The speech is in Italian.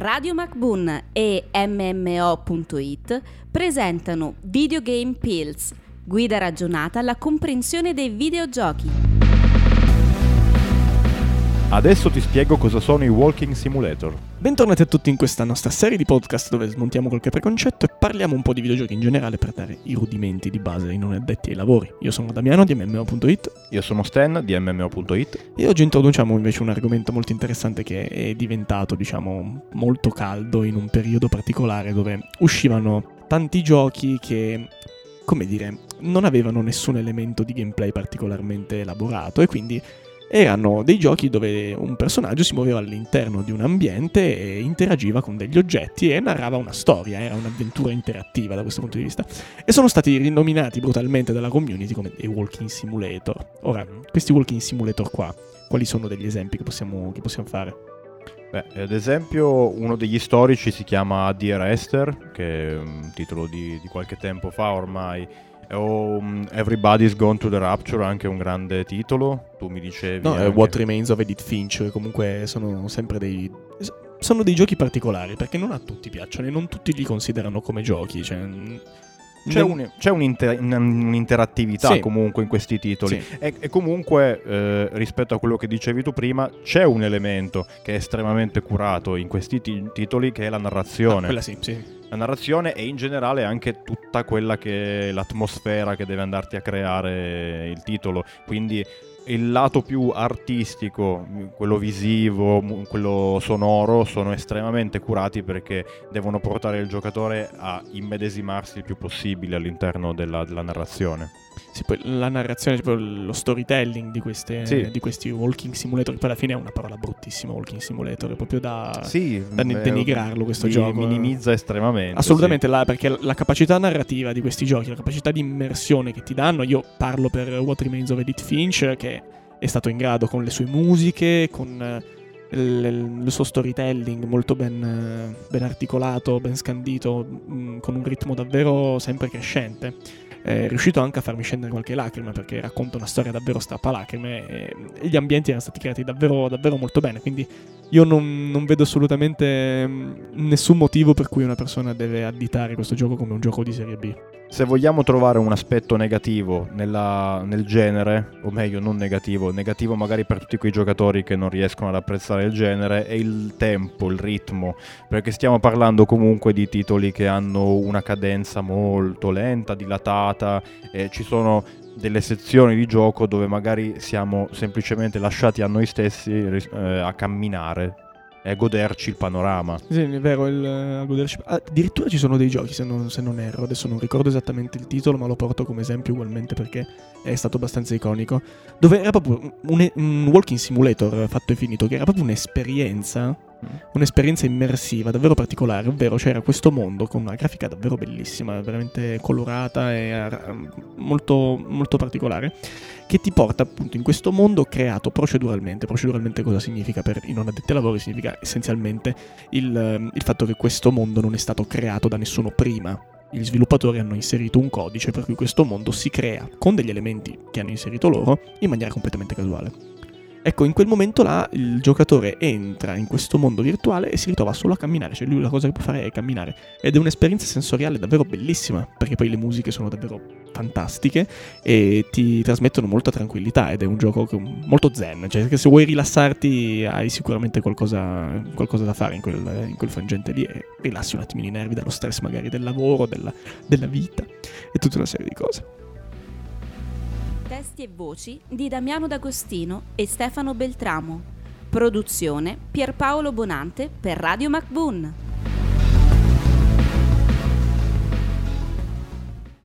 Radio MacBoon e MMO.it presentano Videogame Pills, guida ragionata alla comprensione dei videogiochi. Adesso ti spiego cosa sono i Walking Simulator. Bentornati a tutti in questa nostra serie di podcast dove smontiamo qualche preconcetto e parliamo un po' di videogiochi in generale per dare i rudimenti di base ai non addetti ai lavori. Io sono Damiano di MMO.it. Io sono Stan di MMO.it. E oggi introduciamo invece un argomento molto interessante che è diventato, molto caldo in un periodo particolare dove uscivano tanti giochi che, non avevano nessun elemento di gameplay particolarmente elaborato e quindi erano dei giochi dove un personaggio si muoveva all'interno di un ambiente e interagiva con degli oggetti e narrava una storia, era un'avventura interattiva da questo punto di vista. E sono stati rinominati brutalmente dalla community come dei Walking Simulator. Ora, questi Walking Simulator qua, quali sono degli esempi che possiamo fare? Beh, ad esempio uno degli storici si chiama Dear Esther, che è un titolo di qualche tempo fa ormai. O Everybody's Gone to the Rapture, anche un grande titolo. Tu mi dicevi no, anche... What Remains of Edith Finch, che comunque sono sempre dei giochi particolari, perché non a tutti piacciono e non tutti li considerano come giochi, C'è un'interattività sì, comunque in questi titoli sì. E comunque rispetto a quello che dicevi tu prima c'è un elemento che è estremamente curato in questi titoli, che è la narrazione. Quella sì. La narrazione e in generale anche tutta quella che è l'atmosfera che deve andarti a creare il titolo, quindi il lato più artistico, quello visivo, quello sonoro, sono estremamente curati perché devono portare il giocatore a immedesimarsi il più possibile all'interno della narrazione. Sì, poi la narrazione, lo storytelling di questi Walking Simulator, che poi alla fine è una parola bruttissima, Walking Simulator, è proprio da denigrarlo questo gioco. Minimizza estremamente. Assolutamente, sì. Perché la capacità narrativa di questi giochi, la capacità di immersione che ti danno, io parlo per What Remains of Edith Finch, che è stato in grado con le sue musiche, con il suo storytelling molto ben articolato, ben scandito, con un ritmo davvero sempre crescente. È riuscito anche a farmi scendere qualche lacrima, perché racconta una storia davvero strappalacrime e gli ambienti erano stati creati davvero, davvero molto bene, quindi io non vedo assolutamente nessun motivo per cui una persona deve additare questo gioco come un gioco di serie B. Se vogliamo trovare un aspetto negativo nel genere, o meglio non negativo magari per tutti quei giocatori che non riescono ad apprezzare il genere, è il tempo, il ritmo, perché stiamo parlando comunque di titoli che hanno una cadenza molto lenta, dilatata, e ci sono delle sezioni di gioco dove magari siamo semplicemente lasciati a noi stessi a camminare e goderci il panorama. Sì, è vero, a goderci. Addirittura ci sono dei giochi, se non erro, adesso non ricordo esattamente il titolo, ma lo porto come esempio ugualmente perché è stato abbastanza iconico, dove era proprio un walking simulator fatto e finito, che era proprio un'esperienza immersiva davvero particolare, ovvero c'era questo mondo con una grafica davvero bellissima, veramente colorata e molto, molto particolare, che ti porta appunto in questo mondo creato proceduralmente. Proceduralmente cosa significa per i non addetti ai lavori? Significa essenzialmente il fatto che questo mondo non è stato creato da nessuno prima. Gli sviluppatori hanno inserito un codice per cui questo mondo si crea con degli elementi che hanno inserito loro in maniera completamente casuale. Ecco, in quel momento là il giocatore entra in questo mondo virtuale e si ritrova solo a camminare, cioè lui la cosa che può fare è camminare, ed è un'esperienza sensoriale davvero bellissima, perché poi le musiche sono davvero fantastiche e ti trasmettono molta tranquillità, ed è un gioco molto zen, cioè che se vuoi rilassarti hai sicuramente qualcosa da fare in quel frangente lì e rilassi un attimino i nervi dallo stress magari del lavoro, della vita e tutta una serie di cose. Testi e voci di Damiano D'Agostino e Stefano Beltramo. Produzione Pierpaolo Bonante per Radio MacBoon.